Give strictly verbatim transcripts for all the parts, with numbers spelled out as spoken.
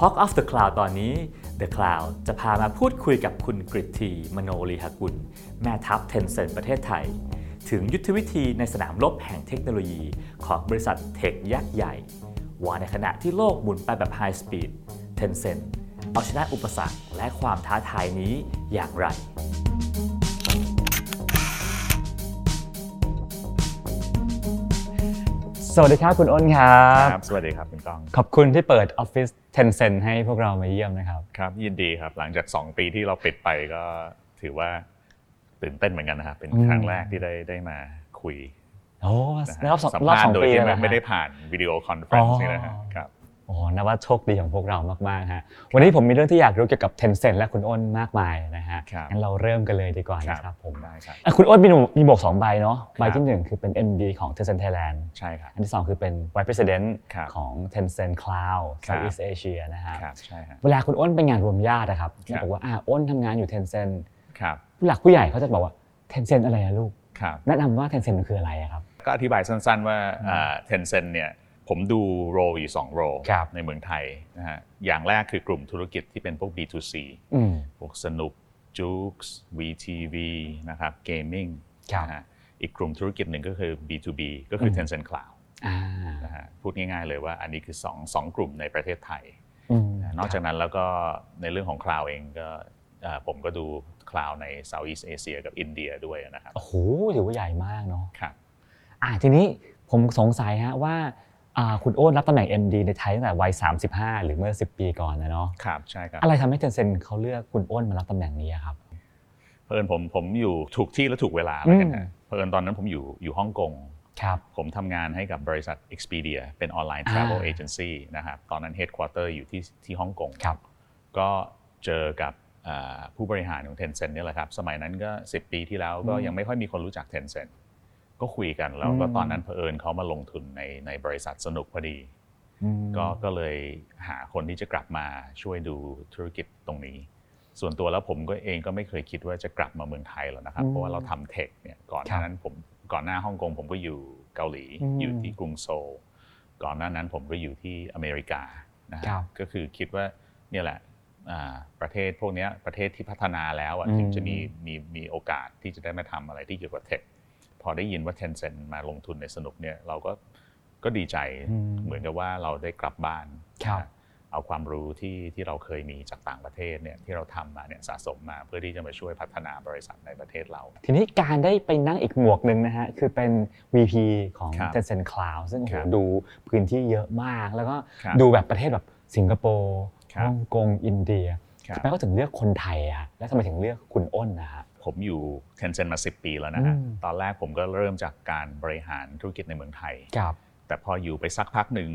Talk of the Cloud ตอนนี้ The Cloud จะพามาพูดคุยกับคุณกฤตทีมโนลีหกุลแม่ทัพ Tencent ประเทศไทยถึงยุทธวิธีในสนามรบแห่งเทคโนโลยีของบริษัทเทคยักษ์ใหญ่ว่าในขณะที่โลกหมุนไปแบบ High Speed Tencent เอาชนะอุปสรรคและความท้าทายนี้อย่างไรสวัสดีครับคุณอ้นครับครับสวัสดีครับคุณก้องขอบคุณที่เปิดออฟฟิศ Tencent ให้พวกเรามาเยี่ยมนะครับครับยินดีครับหลังจากสองปีที่เราปิดไปก็ถือว่าตื่นเต้นเหมือนกันนะครับเป็นครั้งแรกที่ได้ได้มาคุยโอ้รอบสองรอบสองปีแล้วไม่ได้ผ่านวิดีโอคอนเฟอเรนซ์นี่นะครับโอ้นับว่าโชคดีของพวกเรามากๆฮะวันนี้ผมมีเรื่องที่อยากรู้เกี่ยวกับ Tencent และคุณอ้นมากมายนะฮะงั้นเราเริ่มกันเลยดีกว่านะครับผมได้ครับคุณอ้นมีมีหมวกสองใบเนาะใบที่หนึ่งคือเป็น เอ็ม ดี ของ Tencent Thailand ใช่ครับอันที่สองคือเป็น Vice President ของ Tencent Cloud Southeast Asia นะฮะใช่ครับเวลาคุณอ้นไปงานรวมญาตินะครับจะบอกว่าอ่าอ้นทำงานอยู่ Tencent ผู้หลักผู้ใหญ่เขาจะบอกว่า Tencent อะไรอะลูกแนะนำว่า Tencent มันคืออะไรครับก็อธิบายสั้นๆว่า Tencent เนี่ยผมดูโรลอยู่สองโรลในเมืองไทยนะฮะอย่างแรกคือกลุ่มธุรกิจที่เป็นพวก บี ทู ซี พวกสนุก Joox วี ที วี นะครับเกมมิ่งนะฮะอีกกลุ่มธุรกิจหนึ่งก็คือ บี ทู บี ก็คือ Tencent Cloud นะฮะพูดง่ายๆเลยว่าอันนี้คือสอง สองกลุ่มในประเทศไทยนอกจากนั้นแล้วก็ในเรื่องของ Cloud เองก็ผมก็ดู Cloud ใน Southeast Asia กับอินเดียด้วยนะครับโอ้โหถือว่าใหญ่มากเนาะครับอ่าทีนี้ผมสงสัยฮะว่าคุณโอ้รับตำแหน่ง เอ็ม ดี ในไทยตั้งแต่วัยสามสิบห้าหรือเมื่อสิบปีก่อนนะเนาะครับใช่ครับอะไรทำให้ Tencent เขาเลือกคุณโอ้มารับตำแหน่งนี้ครับเพิ่นผมผมอยู่ถูกที่และถูกเวลาแล้วกันนะเพิ่นตอนนั้นผมอยู่อยู่ฮ่องกงครับผมทำงานให้กับบริษัท Expedia เป็นออนไลน์ Travel Agency นะครับตอนนั้น Headquarter อยู่ที่ที่ฮ่องกงครับก็เจอกับผู้บริหารของ Tencent นี่แหละครับสมัยนั้นก็สิบปีที่แล้วก็ยังไม่ค่อยมีคนรู้จัก Tencentก็คุยกันแล้วก็ตอนนั้นเผอิญเขามาลงทุนในในบริษัทสนุกพอดีก็ก็เลยหาคนที่จะกลับมาช่วยดูธุรกิจตรงนี้ส่วนตัวแล้วผมก็เองก็ไม่เคยคิดว่าจะกลับมาเมืองไทยหรอกนะครับเพราะว่าเราทำเทคเนี่ยก่อนหน้านั้นผมก่อนหน้าฮ่องกงผมก็อยู่เกาหลีอยู่ที่กรุงโซลก่อนหน้านั้นผมก็อยู่ที่อเมริกานะครับก็คือคิดว่าเนี่ยแหละประเทศพวกนี้ประเทศที่พัฒนาแล้วถึงจะมีมีมีโอกาสที่จะได้มาทำอะไรที่เกี่ยวกับเทคพอได้ยินว่า Tencent มาลงทุนในสนุกเนี่ยเราก็ก็ดีใจเหมือนกับว่าเราได้กลับบ้านเอาความรู้ที่ที่เราเคยมีจากต่างประเทศเนี่ยที่เราทำมาเนี่ยสะสมมาเพื่อที่จะมาช่วยพัฒนาบริษัทในประเทศเราทีนี้การได้ไปนั่งอีกหมวกนึงนะฮะคือเป็น วี พี ของ Tencent Cloud ซึ่งโหดูพื้นที่เยอะมากแล้วก็ดูแบบประเทศแบบสิงคโปร์ฮ่องกงอินเดียทำไมเขาถึงเลือกคนไทยอะแล้วทำไมถึงเลือกคุณอ้นนะฮะผมอยู่ Tencent มาสิบปีแล้วนะฮะตอนแรกผมก็เริ่มจากการบริหารธุรกิจในเมืองไทยแต่พออยู่ไปสักพักหนึ่ง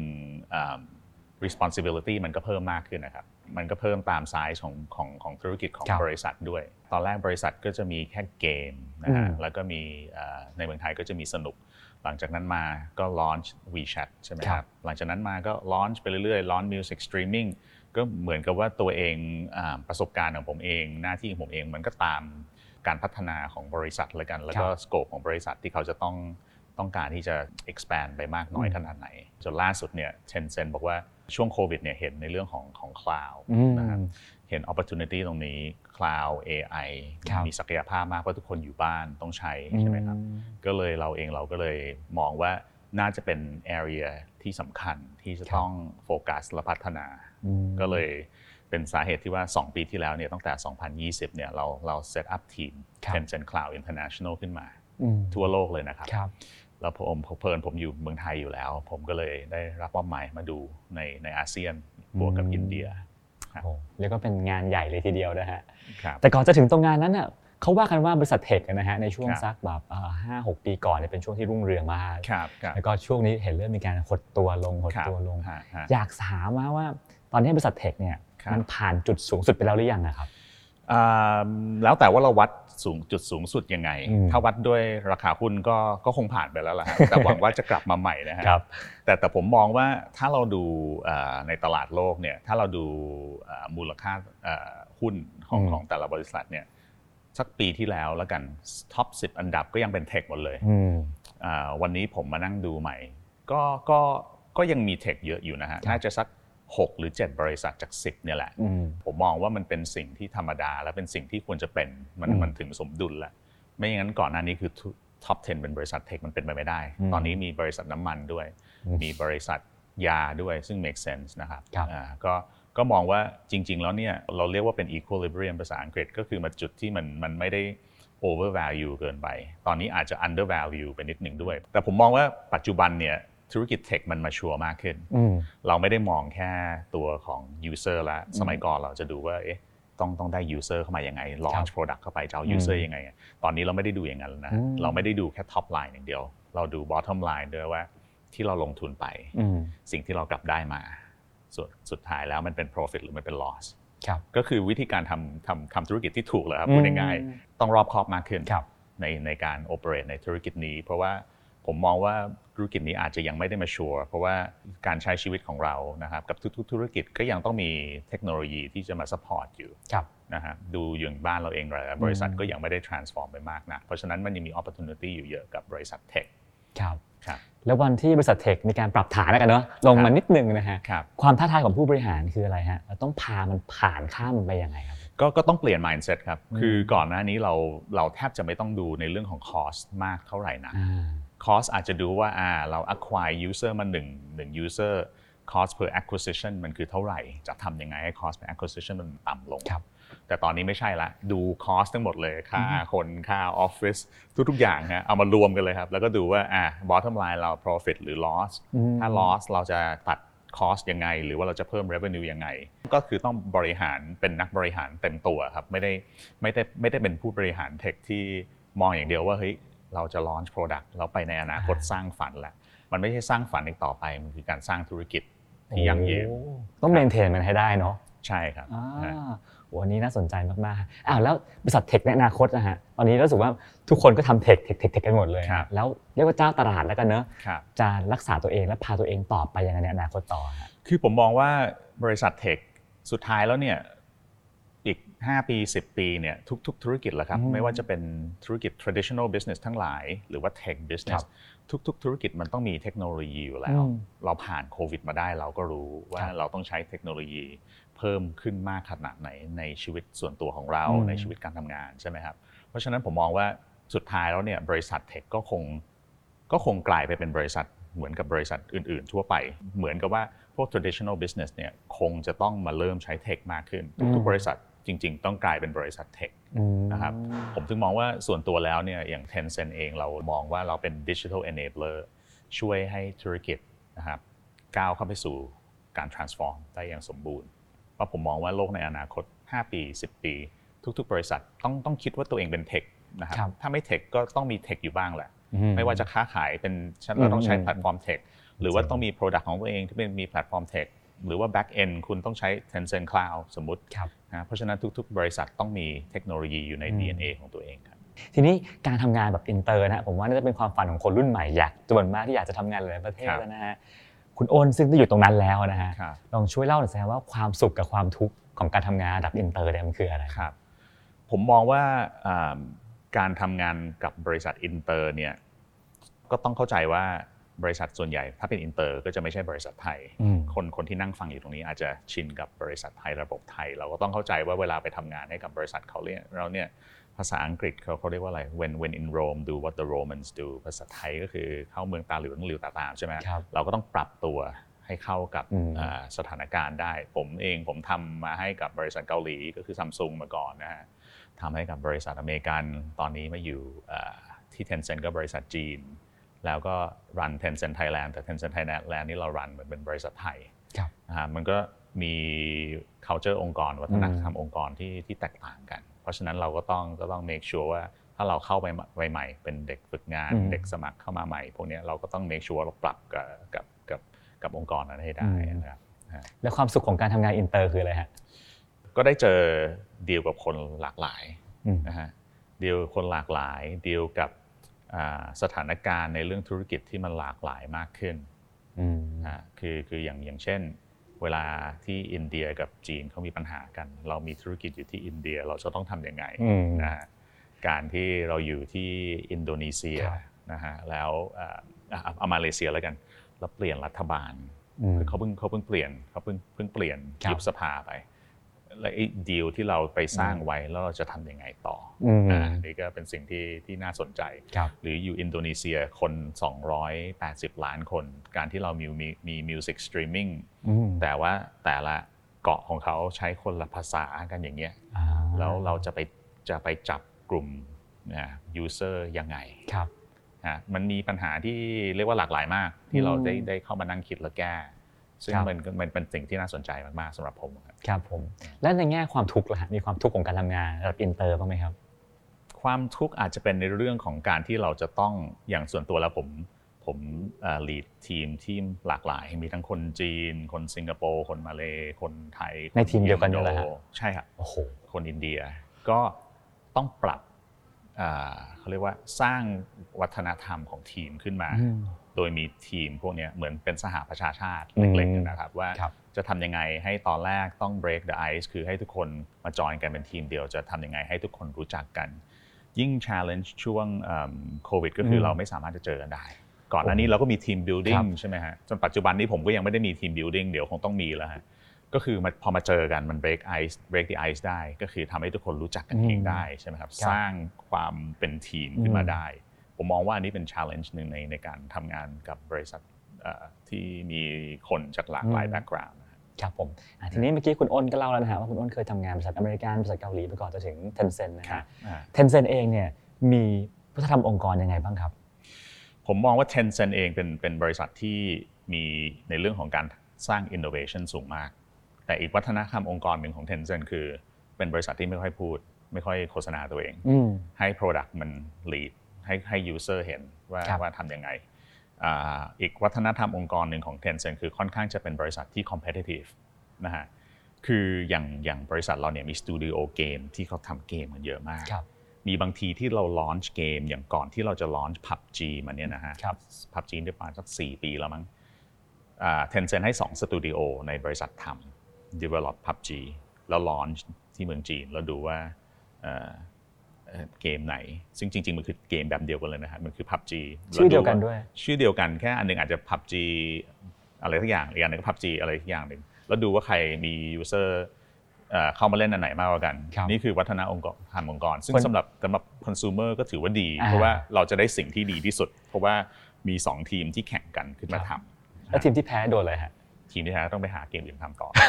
responsibility มันก็เพิ่มมากขึ้นนะครับมันก็เพิ่มตามไซส์ของของของธุรกิจของบริษัทด้วยตอนแรกบริษัทก็จะมีแค่เกมนะฮะแล้วก็มีในเมืองไทยก็จะมีสนุกหลังจากนั้นมาก็ launch WeChat ใช่ไหมครับหลังจากนั้นมาก็ launch ไปเรื่อยๆ launch music streaming ก็เหมือนกับว่าตัวเองประสบการณ์ของผมเองหน้าที่ของผมเองมันก็ตามการพัฒนาของบริษัทแล้วกันแล้วก็สโคปของบริษัทที่เขาจะต้องต้องการที่จะ expand ไปมากน้อยขนาดไหนจนล่าสุดเนี่ย Tencent บอกว่าช่วงโควิดเนี่ยเห็นในเรื่องของของ cloud นะครับเห็น opportunity ตรงนี้ cloud เอ ไอ มีศักยภาพมากเพราะทุกคนอยู่บ้านต้องใช้ใช่ไหมครับก็เลยเราเองเราก็เลยมองว่าน่าจะเป็น area ที่สำคัญที่จะต้องโฟกัสและพัฒนาก็เลยเป็นสาเหตุที่ว่าสองปีที่แล้วเนี่ยตั้งแต่สองพันยี่สิบเนี่ยเราเราเซตอัพทีม Tencent Cloud International ขึ้นมาทั่วโลกเลยนะครับแล้วผมเพิ่นผมอยู่เมืองไทยอยู่แล้วผมก็เลยได้รับมอบหมายมาดูในในอาเซียนบวกกับอินเดียโอ้เรียกว่าเป็นงานใหญ่เลยทีเดียวนะฮะแต่ก่อนจะถึงตรงงานนั้นน่ะเขาว่ากันว่าบริษัทเทคนะฮะในช่วงสักแบบห้าหกปีก่อนเนี่ยเป็นช่วงที่รุ่งเรืองมากแล้วก็ช่วงนี้เห็นเริ่มมีการหดตัวลงหดตัวลงอยากถามว่าตอนนี้บริษัทเทคเนี่ยมันผ่านจุดสูงสุดไปแล้วหรือยังนะครับแล้วแต่ว่าเราวัดสูงจุดสูงสุดยังไงถ้าวัดด้วยราคาหุ้นก็ก็คงผ่านไปแล้วล่ะแต่หวังว่าจะกลับมาใหม่นะฮะแต่แต่ผมมองว่าถ้าเราดูในตลาดโลกเนี่ยถ้าเราดูมูลค่าหุ้นของของแต่ละบริษัทเนี่ยสักปีที่แล้วแล้วกันท็อปสิบอันดับก็ยังเป็นเทคหมดเลยวันนี้ผมมานั่งดูใหม่ก็ก็ก็ยังมีเทคเยอะอยู่นะฮะน่าจะสักหกหรือเจ็ดบริษัทจากสิบเนี่ยแหละผมมองว่ามันเป็นสิ่งที่ธรรมดาและเป็นสิ่งที่ควรจะเป็นมันมันถึงสมดุลแล้วไม่อย่างนั้นก่อนหน้านี้คือท็อปสิบเป็นบริษัทเทคมันเป็นไปไม่ได้ตอนนี้มีบริษัทน้ำมันด้วยมีบริษัทยาด้วยซึ่ง make sense นะครับก็ก็มองว่าจริงๆแล้วเนี่ยเราเรียกว่าเป็น equilibrium ภาษาอังกฤษก็คือมาจุดที่มันมันไม่ได้ overvalue เกินไปตอนนี้อาจจะ undervalue ไปนิดหนึ่งด้วยแต่ผมมองว่าปัจจุบันเนี่ยธุรกิจเทคมันมาชัวร์มากขึ้นเราไม่ได้มองแค่ตัวของ user แล้วสมัยก่อนเราจะดูว่าเอ๊ะต้องต้องได้ user เข้ามายังไง launch product เข้าไปจะเอา user ยังไงตอนนี้เราไม่ได้ดูอย่างนั้นนะเราไม่ได้ดูแค่ top line อย่างเดียวเราดู bottom line ด้วยว่าที่เราลงทุนไปสิ่งที่เรากลับได้มาสุดสุดท้ายแล้วมันเป็น profit หรือมันเป็น loss ก็คือวิธีการทำทำทำธุรกิจที่ถูกเลยครับพูดง่ายๆต้องรอบคอบมากขึ้นในในการ operate ในธุรกิจนี้เพราะว่าผมมองว่าธุรกิจนี้อาจจะยังไม่ได้มาชัวร์เพราะว่าการใช้ชีวิตของเรานะครับกับทุกๆธุรกิจก็ยังต้องมีเทคโนโลยีที่จะมา support อยู่นะฮะดูอย่างบ้านเราเองเลยบริษัทก็ยังไม่ได้ transform ไปมากนะเพราะฉะนั้นมันยังมี opportunity อยู่เยอะกับบริษัทเทคครับแล้ววันที่บริษัทเทคมีการปรับฐานแล้วกันเนาะลงมานิดนึงนะฮะความท้าทายของผู้บริหารคืออะไรฮะเราต้องพามันผ่านข้ามมันไปยังไงครับก็ก็ต้องเปลี่ยน mindset ครับคือก่อนหน้านี้เราเราแทบจะไม่ต้องดูในเรื่องของ cost มากเท่าไหร่นะ cost อาจจะดูว่าอ่าเรา acquire user มา1 1 user cost per acquisition มันคือเท่าไหร่จะทำยังไงให้ cost per acquisition มันต่ำลงแต่ตอนนี้ไม่ใช่ละดู cost ทั้งหมดเลยค่าคนค่า office ทุกๆอย่างฮะเอามารวมกันเลยครับแล้วก็ดูว่าอ่า bottom line เรา profit หรือ loss ถ้า loss เราจะตัด cost ยังไงหรือว่าเราจะเพิ่ม revenue ยังไงก็คือต้องบริหารเป็นนักบริหารเต็มตัวครับไม่ได้ไม่ได้ไม่ได้เป็นผู้บริหารเทคที่มองอย่างเดียวว่าเฮ้ยเราจะ launch product เราไปในอนาคตสร้างฝันแล้วมันไม่ใช่สร้างฝันอีกต่อไปมันคือการสร้างธุรกิจที่ยั่งยืนต้อง maintain มันให้ได้เนาะใช่ครับวันนี้น่าสนใจมากๆอ้าวแล้วบริษัทเทคในอนาคตนะฮะตอนนี้รู้สึกว่าทุกคนก็ทำเทคเทคเทคเทคกันหมดเลยแล้วเรียกว่าเจ้าตลาดแล้วกันเนอะจะรักษาตัวเองและพาตัวเองต่อไปยังไงในอนาคตต่อฮะคือผมมองว่าบริษัทเทคสุดท้ายแล้วเนี่ยอีกห้าปีสิบปีเนี่ยทุกๆธุรกิจแหละครับไม่ว่าจะเป็นธุรกิจ traditional business ทั้งหลายหรือว่า tech business ทุกๆธุรกิจมันต้องมีเทคโนโลยีอยู่แล้วเราผ่านโควิดมาได้เราก็รู้ว่าเราต้องใช้เทคโนโลยีเพิ่มขึ้นมากขนาดไหนในชีวิตส่วนตัวของเราในชีวิตการทำงานใช่ไหมครับเพราะฉะนั้นผมมองว่าสุดท้ายแล้วเนี่ยบริษัทเทคก็คงก็คงกลายไปเป็นบริษัทเหมือนกับบริษัทอื่นๆทั่วไปเหมือนกับว่าพวก traditional business เนี่ยคงจะต้องมาเริ่มใช้เทคมากขึ้นทุกๆบริษัทจริงๆต้องกลายเป็นบริษัทเทคนะครับผมถึงมองว่าส่วนตัวแล้วเนี่ยอย่าง Tencent เองเรามองว่าเราเป็น digital enabler ช่วยให้ธุรกิจนะครับก้าวเข้าไปสู่การ transform ได้อย่างสมบูรณ์เพราะผมมองว่าโลกในอนาคตห้าปีสิบปีทุกๆบริษัทต้องต้องคิดว่าตัวเองเป็นเทคนะครับถ้าไม่เทคก็ต้องมีเทคอยู่บ้างแหละไม่ว่าจะค้าขายเป็นเราต้องใช้แพลตฟอร์มเทคหรือว่าต้องมี product ของตัวเองที่เป็นมีแพลตฟอร์มเทคหรือว่า back end คุณต้องใช้ Tencent Cloud สมมุตินะเพราะฉะนั้นทุกๆบริษัทต้องมีเทคโนโลยีอยู่ใน ดี เอ็น เอ ของตัวเองครับทีนี้การทำงานแบบอินเตอร์นะผมว่าน่าจะเป็นความฝันของคนรุ่นใหม่อยากจำนวนมากที่อยากจะทำงานหลายประเทศนะฮะคุณอ้นซึ่งได้อยู่ตรงนั้นแล้วนะฮะลองช่วยเล่าหน่อยสิว่าความสุขกับความทุกข์ของการทำงานระดับอินเตอร์เนี่ยมันคืออะไรครับผมมองว่าการทำงานกับบริษัทอินเตอร์เนี่ยก็ต้องเข้าใจว่าบริษัทส่วนใหญ่ถ้าเป็นอินเตอร์ก็จะไม่ใช่บริษัทไทยคนคนที่นั่งฟังอยู่ตรงนี้อาจจะชินกับบริษัทไทยระบบไทยเราก็ต้องเข้าใจว่าเวลาไปทำงานให้กับบริษัทเขาเนี่ยเราเนี่ยภาษาอังกฤษเขาเขาเรียกว่าอะไร when when in Rome do what the Romans do ภาษาไทยก็คือเข้าเมืองตาหลิวต้องหลิวตาตามใช่ไหมเราก็ต้องปรับตัวให้เข้ากับสถานการณ์ได้ผมเองผมทำมาให้กับบริษัทเกาหลีก็คือ Samsung มาก่อนนะฮะทำให้กับบริษัทอเมริกันตอนนี้มาอยู่ที่ Tencent ก็บริษัทจีนแล้วก็รัน Tencent Thailand แต่ Tencent Thailand นี่เรารันเหมือนเป็นบริษัทไทยนะฮะมันก็มี culture องค์กรวัฒนธรรมองค์กรที่ที่แตกต่างกันเพราะฉะนั้นเราก็ต้องก็ต้อง make sure ว่าถ้าเราเข้าไปใหม่เป็นเด็กฝึกงานเด็กสมัครเข้ามาใหม่พวกนี้เราก็ต้อง make sure เราปรับกับกับกับกับองค์กรนั้นให้ได้นะครับแล้วความสุขของการทำงานอินเตอร์คืออะไรฮะก็ได้เจอดีลกับคนหลากหลายนะฮะดีลคนหลากหลายดีลกับสถานการณ์ในเรื่องธุรกิจที่มันหลากหลายมากขึ้นนะคือคืออย่างอย่างเช่นเวลาที่อินเดียกับจีนเขามีปัญหากันเรามีธุรกิจอยู่ที่อินเดียเราจะต้องทำยังไงนะฮะการที่เราอยู่ที่อินโดนีเซียนะฮะแล้วเอามาเลเซียแล้วกันแล้วเปลี่ยนรัฐบาลเขาเพิ่งเขาเพิ่งเปลี่ยนเขาเพิ่งเพิ่งเปลี่ยนยุบสภาไปแล้วไอ้ดีลที่เราไปสร้างไว้แล้วเราจะทำยังไงต่ออ่านี่ก็เป็นสิ่งที่ที่น่าสนใจหรืออยู่อินโดนีเซียคนสองร้อยแปดสิบล้านคนการที่เรามีมีมีมิวสิกสตรีมมิ่งแต่ว่าแต่ละเกาะของเขาใช้คนละภาษากันอย่างเงี้ยแล้วเราจะไปจะไปจับกลุ่มนะยูเซอร์ยังไงครับอ่ามันมีปัญหาที่เรียกว่าหลากหลายมากที่เราได้ได้เข้ามานั่งคิดและแก้ซึ่งมันมันเป็นสิ่งที่น่าสนใจมากๆสำหรับผมครับครับผมและในแง่ความทุกข์ล่ะฮะมีความทุกข์ของการทำงานระดับอินเตอร์บ้างไหมครับความทุกข์อาจจะเป็นในเรื่องของการที่เราจะต้องอย่างส่วนตัวแล้วผมผมลีดทีมทีมหลากหลายมีทั้งคนจีนคนสิงคโปร์คนมาเลคนไทยในทีมเดียวกันนี่แหละฮะใช่ครับโอ้โหคนอินเดียก็ต้องปรับเขาเรียกว่าสร้างวัฒนธรรมของทีมขึ้นมาโดยมีทีมพวกนี้เหมือนเป็นสหประชาชาติเล็กๆนะครับว่าจะทำยังไงให้ตอนแรกต้อง break the ice คือให้ทุกคนมาจอยกันเป็นทีมเดียวจะทำยังไงให้ทุกคนรู้จักกันยิ่ง challenge ช่วงโควิดก็คือเราไม่สามารถจะเจอกันได้ก่อนหน้านี้เราก็มีทีม building ใช่ไหมฮะจนปัจจุบันนี้ผมก็ยังไม่ได้มีทีม building เดี๋ยวคงต้องมีแล้วฮะก็คือพอมาเจอกันมัน break ice break the ice ได้ก็คือทำให้ทุกคนรู้จักกันเองได้ใช่ไหมครับสร้างความเป็นทีมขึ้นมาได้ผมมองว่าอันนี้เป็น challenge หนึ่งในในการทำงานกับบริษัทที่มีคนจากหลากหลาย background ครับผมทีนี้เมื่อกี้คุณอ้นก็เล่าแล้วนะฮะว่าคุณอ้นเคยทำงานบริษัทอเมริกันบริษัทเกาหลีไปก่อนจะถึง Tencent นะฮะ Tencent เองเนี่ยมีวัฒนธรรมองค์กรยังไงบ้างครับผมมองว่า Tencent เองเป็นเป็นบริษัทที่มีในเรื่องของการสร้าง innovation สูงมากแต่อีกวัฒนธรรมองค์กรหนึ่งของ Tencent คือเป็นบริษัทที่ไม่ค่อยพูดไม่ค่อยโฆษณาตัวเองให้ product มัน lead ให้ให้ user เห็นว่าว่าทำยังไงอีกวัฒนธรรมองค์กรหนึ่งของ Tencent คือค่อนข้างจะเป็นบริษัทที่ competitive นะฮะคืออย่างอย่างบริษัทเราเนี่ยมีสตูดิโอเกมที่เขาทำเกมกันเยอะมากมีบางทีที่เราลอนช์เกมอย่างก่อนที่เราจะลอนช์ พับจี มันเนี่ยนะฮะ พับจี ได้ประมาณสักสี่ปีแล้วมั้งอ่า Tencent ให้สองสตูดิโอในบริษัททำ develop พับจี แล้วลอนช์ที่เมืองจีนแล้วดูว่าเกมไหนซึ่งจริงๆมันคือเกมแบบเดียวกันเลยนะฮะมันคือ พับจีชื่อเดียวกันด้วยชื่อเดียวกันแค่อันนึงอาจจะ พับจี อะไรสักอย่างอีกอันนึงก็ พับจี อะไรสักอย่างนึงแล้วดูว่าใครมี userเข้ามาเล่นอันไหนมากกว่ากันนี่คือวัฒนธรรมองค์กรซึ่งสำหรับสำหรับ consumer ก็ถือว่าดีเพราะว่าเราจะได้สิ่งที่ดีที่สุดเพราะว่ามีสองทีมที่แข่งกันขึ้นมาทำแล้วทีมที่แพ้โดนอะไรฮะทีมที่แพ้ต้องไปหาเกมอื่นทำต่อ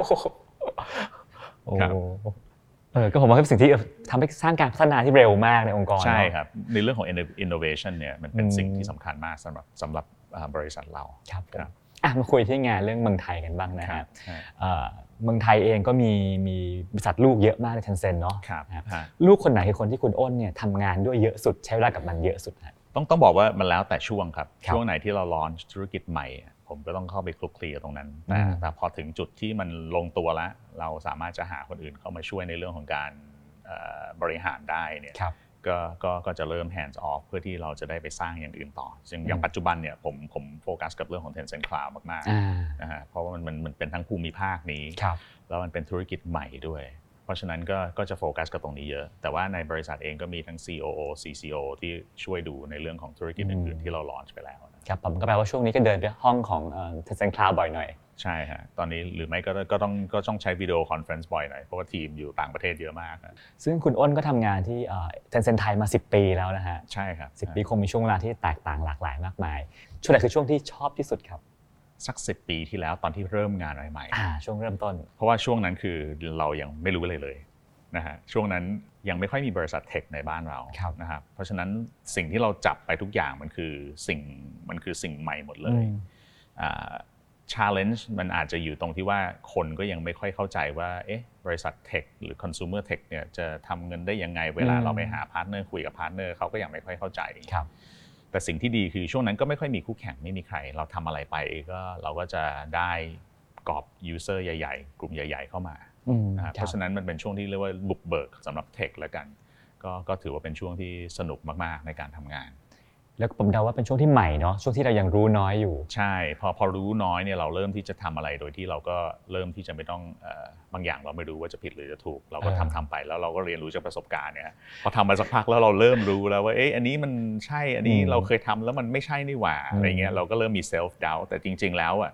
โอ้เออก็ผมว่าเป็นสิ่งที่ทำให้สร้างการพัฒนาที่เร็วมากในองค์กรใช่ครับในเรื่องของ innovation เนี่ยมันเป็นสิ่งที่สำคัญมากสำหรับสำหรับบริษัทเราครับอ่ะมาคุยที่งานเรื่องเมืองไทยกันบ้างนะฮะเมืองไทยเองก็มีมีบริษัทลูกเยอะมากใน Tencent เนาะลูกคนไหนคือคนที่คุณอ้นเนี่ยทำงานด้วยเยอะสุดใช้เวลากับมันเยอะสุดฮะต้องต้องบอกว่ามันแล้วแต่ช่วงครับช่วงไหนที่เราลอนช์ธุรกิจใหม่ผมก็ต้องเข้าไปคลุกคลีกับตรงนั้นแต่แต่พอถึงจุดที่มันลงตัวแล้วเราสามารถจะหาคนอื่นเข้ามาช่วยในเรื่องของการบริหารได้เนี่ยก็ก็ก็จะเริ่ม hands off เพื่อที่เราจะได้ไปสร้างอย่างอื่นต่อซึ่งอย่างปัจจุบันเนี่ยผมผมโฟกัสกับเรื่องของ Tencent Cloud มากๆนะฮะเพราะว่ามันมันมันเป็นทั้งภูมิภาคนี้แล้วมันเป็นธุรกิจใหม่ด้วยเพราะฉะนั้นก็ก็จะโฟกัสกับตรงนี้เยอะแต่ว่าในบริษัทเองก็มีทั้ง ซี โอ โอ ซี ซี โอ ที่ช่วยดูในเรื่องของธุรกิจอื่นๆที่เราลอนช์ไปแล้วครับผมก็แปลว่าช่วงนี้ก็เดินไปห้องของ Tencent Cloud บ่อยหน่อยใช่ฮะตอนนี้หรือไม่ก็ก็ต้องก็ต้องใช้วิดีโอคอนเฟอเรนซ์บ่อยหน่อยเพราะว่าทีมอยู่ต่างประเทศเยอะมากซึ่งคุณอ้นก็ทำงานที่ Tencent ไทยมาสิบปีแล้วนะฮะใช่ครับสิบปีคงมีช่วงเวลาที่แตกต่างหลากหลายมากมายช่วงไหนคือช่วงที่ชอบที่สุดครับสักสิบปีที่แล้วตอนที่เริ่มงานใหม่ๆอ่าช่วงเริ่มต้นเพราะว่าช่วงนั้นคือเรายังไม่รู้อะไรเลยนะฮะช่วงนั้นยังไม่ค่อยมีบริษัทเทคในบ้านเรานะครับเพราะฉะนั้นสิ่งที่เราจับไปทุกอย่างมันคือสิ่งมันคือสิ่งใหม่หมดเลยอ่า challenge มันอาจจะอยู่ตรงที่ว่าคนก็ยังไม่ค่อยเข้าใจว่าเอ๊ะบริษัทเทคหรือ consumer tech เนี่ยจะทำเงินได้ยังไงเวลาเราไปหาพาร์ทเนอร์คุยกับพาร์ทเนอร์เขาก็ยังไม่ค่อยเข้าใจแต่สิ่งที่ดีคือช่วงนั้นก็ไม่ค่อยมีคู่แข่งไม่มีใครเราทำอะไรไปก็เราก็จะได้กรอบ user ใหญ่ๆกลุ่มใหญ่ๆเข้ามาเพราะฉะนั้นมันเป็นช่วงที่เรียกว่าบุกเบิกสำหรับเทคแล้วกันก็ก็ถือว่าเป็นช่วงที่สนุกมากๆในการทำงานแล้วผมเดาว่าเป็นช่วงที่ใหม่เนาะช่วงที่เรายังรู้น้อยอยู่ใช่พอพอรู้น้อยเนี่ยเราเริ่มที่จะทำอะไรโดยที่เราก็เริ่มที่จะไม่ต้องเอ่อบางอย่างเราไม่รู้ว่าจะผิดหรือจะถูกเราก็ทำทำไปแล้วเราก็เรียนรู้จากประสบการณ์เนี่ยพอทำมาสักพักแล้วเราเริ่มรู้แล้วว่าเอ๊ะอันนี้มันใช่อันนี้เราเคยทำแล้วมันไม่ใช่นี่หว่าอะไรเงี้ยเราก็เริ่มมี self doubt แต่จริงๆแล้วอ่ะ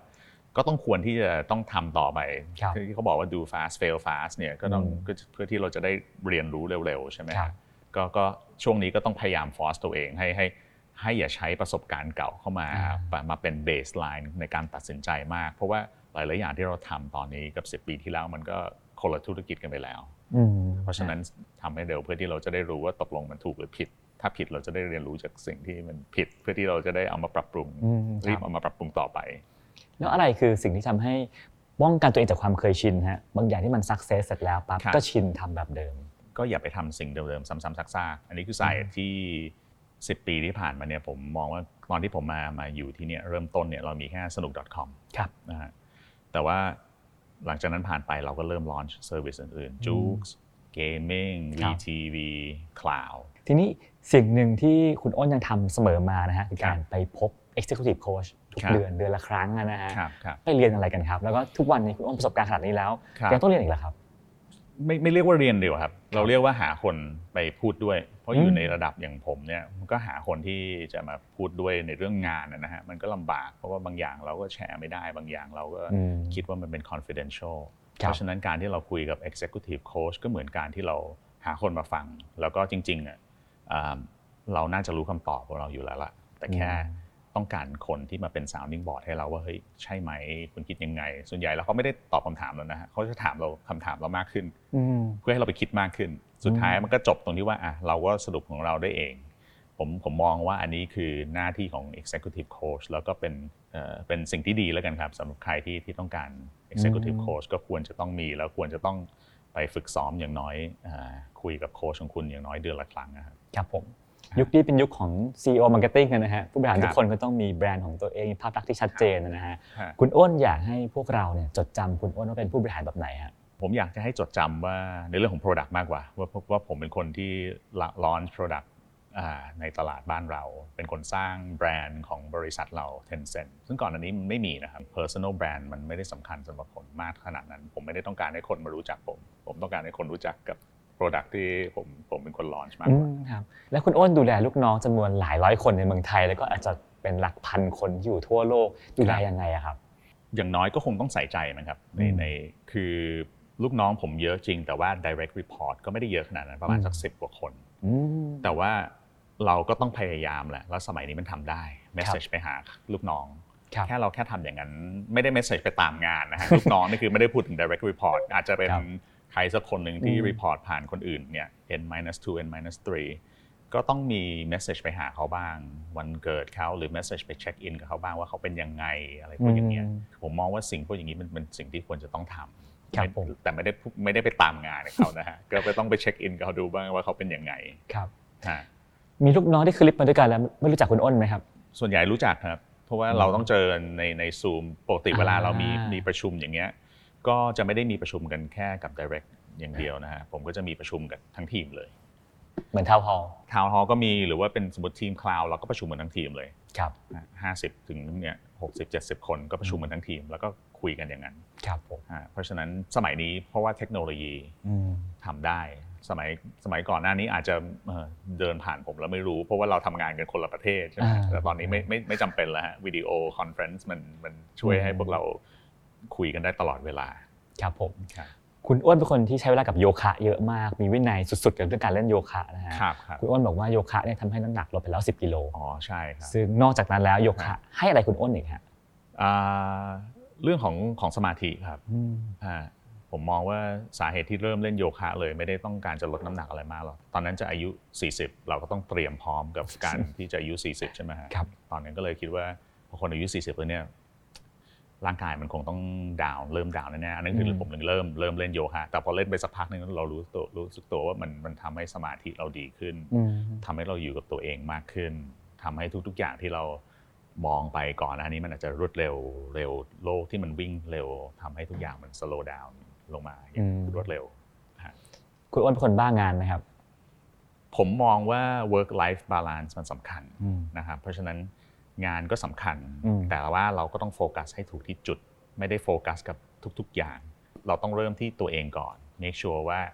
ก็ต้องควรที่จะต้องทำต่อไปที่เขาบอกว่า do fast fail fast เนี่ยก็ต้องเพื่อที่เราจะได้เรียนรู้เร็วๆใช่ไหมก็ก็ช่วงนี้ก็ต้องพยายาม force ตัวเองให้ให้ให้อย่าใช้ประสบการณ์เก่าเข้ามามาเป็น baseline ในการตัดสินใจมากเพราะว่าหลายๆอย่างที่เราทำตอนนี้กับสิบปีที่แล้วมันก็คนละธุรกิจกันไปแล้วเพราะฉะนั้นทำให้เร็วเพื่อที่เราจะได้รู้ว่าตกลงมันถูกหรือผิดถ้าผิดเราจะได้เรียนรู้จากสิ่งที่มันผิดเพื่อที่เราจะได้เอามาปรับปรุงรีบเอามาปรับปรุงต่อไปแล้วอะไรคือสิ่งที่ทำให้ป้องกันตัวเองจากความเคยชินฮะบางอย่างที่มันซักเซสเสร็จแล้วปั๊บก็ชินทำแบบเดิมก็อย่าไปทำสิ่งเดิมๆซ้ำๆซากๆอันนี้คือสาเหตุที่สิบปีที่ผ่านมาเนี่ยผมมองว่าตอนที่ผมมามาอยู่ที่เนี่ยเริ่มต้นเนี่ยเรามีแค่สนุก .com ครับนะฮะแต่ว่าหลังจากนั้นผ่านไปเราก็เริ่ม launch service อื่นๆ Joox Gaming วี ที วี Cloud ทีนี้สิ่งหนึ่งที่คุณอ้นยังทำเสมอมานะฮะคือการไปพบ Executive Coach ทุกเดือนเดือนละครั้งนะฮะไปเรียนอะไรกันครับแล้วก็ทุกวันนี้คุณอ้นประสบการณ์ขนาดนี้แล้วยังต้องเรียนอีกเหรอครับไม่ไม่เรียกว่าเรียนเดียวครับเราเรียกว่าหาคนไปพูดด้วยเพราะอยู่ในระดับอย่างผมเนี่ยมันก็หาคนที่จะมาพูดด้วยในเรื่องงานนะฮะมันก็ลำบากเพราะว่าบางอย่างเราก็แชร์ไม่ได้บางอย่างเราก็คิดว่ามันเป็น confidential เพราะฉะนั้นการที่เราคุยกับ executive coach ก็เหมือนการที่เราหาคนมาฟังแล้วก็จริงๆอ่ะเราน่าจะรู้คำตอบของเราอยู่แล้วล่ะแต่แค่ต้องการคนที่มาเป็น sounding board ให้เราว่าเฮ้ยใช่ไหมคุณคิดยังไงส่วนใหญ่แล้วเขาไม่ได้ตอบคำถามเรานะฮะเขาจะถามเราคำถามเรามากขึ้นเพื่อให้เราไปคิดมากขึ้นสุดท้ายมันก็จบตรงที่ว่าอ่ะเราก็สรุปของเราได้เองผมผมมองว่าอันนี้คือหน้าที่ของ executive coach แล้วก็เป็นเอ่อเป็นสิ่งที่ดีแล้วกันครับสำหรับใครที่ที่ต้องการ executive coach ก็ควรจะต้องมีแล้วควรจะต้องไปฝึกซ้อมอย่างน้อยคุยกับโค้ชของคุณอย่างน้อยเดือนละครั้งนะครับครับผมยุคนี้เป็นยุคของ ซี อี โอ Marketing นะฮะผู้บริหารทุกคนก็ต้องมีแบรนด์ของตัวเองภาพลักษณ์ที่ชัดเจนนะฮะคุณอ้นอยากให้พวกเราเนี่ยจดจำคุณอ้นว่าเป็นผู้บริหารแบบไหนฮะผมอยากจะให้จดจำว่าในเรื่องของ product มากกว่าว่าว่าผมเป็นคนที่ launch product ในตลาดบ้านเราเป็นคนสร้างแบรนด์ของบริษัทเรา Tencent ซึ่งก่อนอันนี้มันไม่มีนะครับ personal brand มันไม่ได้สำคัญสำหรับผมมากขนาดนั้นผมไม่ได้ต้องการให้คนมารู้จักผมผมต้องการให้คนรู้จักกับproduct ที่ผมผมเป็นคน launch มากกว่าครับแล้วคุณอ้นดูแลลูกน้องจำนวนหลายร้อยคนในเมืองไทยแล้วก็อาจจะเป็นหลักพันคนอยู่ทั่วโลกดูแลยังไงอะครับอย่างน้อยก็คงต้องใส่ใจมันครับในในคือลูกน้องผมเยอะจริงแต่ว่า direct report ก็ไม่ได้เยอะขนาดนั้นประมาณสักสิบกว่าคนแต่ว่าเราก็ต้องพยายามแหละแล้วสมัยนี้มันทำได้ message ไปหาลูกน้องแค่เราแค่ทำอย่างนั้นไม่ได้ message ไปตามงานนะฮะลูกน้องนี่คือไม่ได้พูดถึง direct report อาจจะเป็นใครสักคนหนึ่งที่ report ผ่านคนอื่นเนี่ย n minus two n minus three ก็ต้องมี message ไปหาเขาบ้างวันเกิดเขาหรือ message ไป check in กับเขาบ้างว่าเขาเป็นยังไงอะไรพวกอย่างเงี้ยผมมองว่าสิ่งพวกอย่างนี้มันเป็นสิ่งที่ควรจะต้องทำแต่ไม่ได้ไม่ได้ไปตามงานเขานะฮะก็ไปต้องไป check in กับเขาดูบ้างว่าเขาเป็นยังไงครับมีลูกน้องที่คลิปมาด้วยกันแล้วไม่รู้จักคุณอ้นไหมครับส่วนใหญ่รู้จักครับเพราะว่าเราต้องเจอในใน Zoom ปกติเวลาเรามีมีประชุมอย่างเงี้ยก็จะไม่ได้มีประชุมกันแค่กับ direct อย่างเดียวนะฮะผมก็จะมีประชุมกับทั้งทีมเลยเหมือนทาวน์ฮอลล์ทาวน์ฮอลล์ก็มีหรือว่าเป็นสมมุติทีมคลาวด์เราก็ประชุมกันทั้งทีมเลยครับห้าสิบถึงเนี่ยหกสิบ เจ็ดสิบคนก็ประชุมกันทั้งทีมแล้วก็คุยกันอย่างนั้นครับผมเพราะฉะนั้นสมัยนี้เพราะว่าเทคโนโลยีทำได้สมัยสมัยก่อนหน้านี้อาจจะเดินผ่านผมแล้วไม่รู้เพราะว่าเราทำงานกันคนละประเทศใช่ไหมแต่ตอนนี้ไม่ไม่ไม่จำเป็นแล้วฮะวิดีโอคอนเฟรนซ์มันมันช่วยให้พวกเราคุยกันได้ตลอดเวลาครับผมคุณอ้นเป็นคนที่ใช้เวลากับโยคะเยอะมากมีวินัยสุดๆกับเรื่องการเล่นโยคะนะฮะคุณอ้นบอกว่าโยคะเนี่ยทำให้น้ำหนักลดไปแล้วสิบกิโลอ๋อใช่ครับซึ่งนอกจากนั้นแล้วโยคะให้อะไรคุณอ้นอีกฮะเรื่องของของสมาธิครับผมมองว่าสาเหตุที่เริ่มเล่นโยคะเลยไม่ได้ต้องการจะลดน้ำหนักอะไรมากหรอกตอนนั้นจะอายุสี่สิบเราก็ต้องเตรียมพร้อมกับการที่จะอายุสี่สิบใช่ไหมครับตอนนั้นก็เลยคิดว่าพอคนอายุสี่สิบแล้วเนี่ยร่างกายมันคงต้องดาวน์เริ่มดาวน์แน่ๆอันนั้นคือผมถึงเริ่มเริ่มเล่นโยคะแต่พอเล่นไปสักพักนึงเรารู้ตัวรู้สึกตัวว่ามันมันทำให้สมาธิเราดีขึ้นทำให้เราอยู่กับตัวเองมากขึ้นทำให้ทุกๆอย่างที่เรามองไปก่อนหน้านี้มันอาจจะรวดเร็วเร็วโลกที่มันวิ่งเร็วทำให้ทุกอย่างมันสโลว์ดาวน์ลงมาอย่างรวดเร็วคุณอ้นเป็นคนบ้างานไหมครับผมมองว่า work life balance มันสำคัญนะครับเพราะฉะนั้นงานก็สำคัญแต่ว่าเราก็ต้องโฟกัสให้ถูกที่จุดไม่ได้โฟกัสกับทุกๆอย่างเราต้องเริ่มที่ตัวเองก่อน make sure ว่า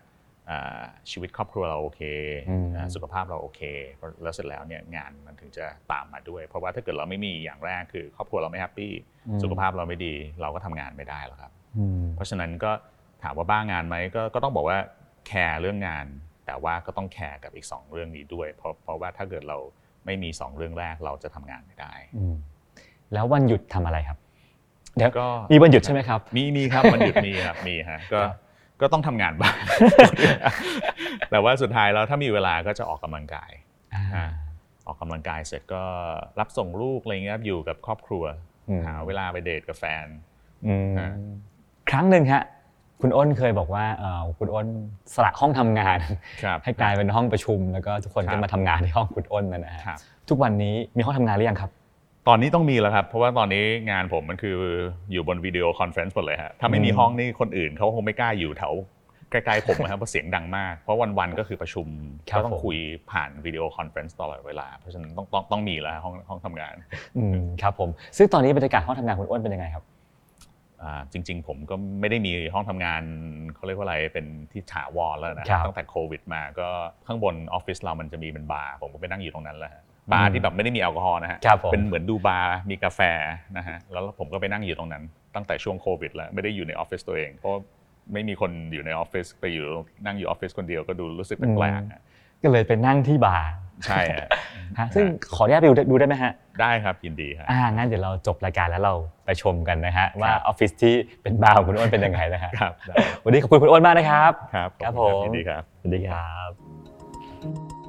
ชีวิตครอบครัวเราโอเคสุขภาพเราโอเคแล้วเสร็จแล้วเนี่ยงานมันถึงจะตามมาด้วยเพราะว่าถ้าเกิดเราไม่มีอย่างแรกคือครอบครัวเราไม่แฮปปี้สุขภาพเราไม่ดีเราก็ทำงานไม่ได้หรอกครับเพราะฉะนั้นก็ถามว่าบ้างานไหมก็ก็ต้องบอกว่าแคร์เรื่องงานแต่ว่าก็ต้องแคร์กับอีกสองเรื่องนี้ด้วยเพราะเพราะว่าถ้าเกิดเราไม่มีสองเรื่องแรกเราจะทำงานไม่ได้แล้ววันหยุดทำอะไรครับเดี๋ยวก็มีวันหยุดใช่ไหมครับมีมีครับวันหยุดมีครับมีฮะก็ก็ต้องทำงานบ้างแต่ว่าสุดท้ายแล้วถ้ามีเวลาก็จะออกกำลังกายออกกำลังกายเสร็จก็รับส่งลูกอะไรเงี้ยอยู่กับครอบครัวหาเวลาไปเดทกับแฟนครั้งหนึ่งฮะคุณอ้นเคยบอกว่าคุณอ้นสละห้องทำงานให้กลายเป็นห้องประชุมแล้วก็ทุกคนก็มาทำงานที่ห้องคุณอ้นนะฮะทุกวันนี้มีห้องทำงานหรือยังครับตอนนี้ต้องมีแล้วครับเพราะว่าตอนนี้งานผมมันคืออยู่บนวิดีโอคอนเฟอเรนซ์หมดเลยฮะถ้าไม่มีห้องนี่คนอื่นเขาคงไม่กล้าอยู่แถวใกล้ๆผมนะครับเพราะเสียงดังมากเพราะวันๆก็คือประชุมก็ต้องคุยผ่านวิดีโอคอนเฟอเรนซ์ตลอดเวลาเพราะฉะนั้นต้องต้องต้องมีแล้วห้องห้องทำงานครับผมซึ่งตอนนี้บรรยากาศห้องทำงานคุณอ้นเป็นยังไงครับจริงๆผมก็ไม่ได้มีห้องทำงานเขาเรียกว่าอะไรเป็นที่ถาวรแล้วนะตั้งแต่โควิดมาก็ข้างบนออฟฟิศเรามันจะมีเป็นบาร์ผมก็ไปนั่งอยู่ตรงนั้นแล้วบาร์ที่แบบไม่ได้มีแอลกอฮอล์นะฮะเป็นเหมือนดูบาร์มีกาแฟนะฮะแล้วผมก็ไปนั่งอยู่ตรงนั้นตั้งแต่ช่วงโควิดแล้วไม่ได้อยู่ในออฟฟิศตัวเองเพราะไม่มีคนอยู่ในออฟฟิศไปอยู่นั่งอยู่ออฟฟิศคนเดียวก็ดูรู้สึกแปลกๆก็เลยไปนั่งที่บาร์ใช่ฮะซึ่งขออนุญาตไปดูได้ไหมฮะได้ครับยินดีครับอ่างั้นเดี๋ยวเราจบรายการแล้วเราไปชมกันนะฮะว่าออฟฟิศที่เป็นบาร์ของคุณอ้นเป็นยังไงนะฮะครับวันนี้ขอบคุณคุณอ้นมากนะครับครับครับผมยินดีครับสวัสดีครับ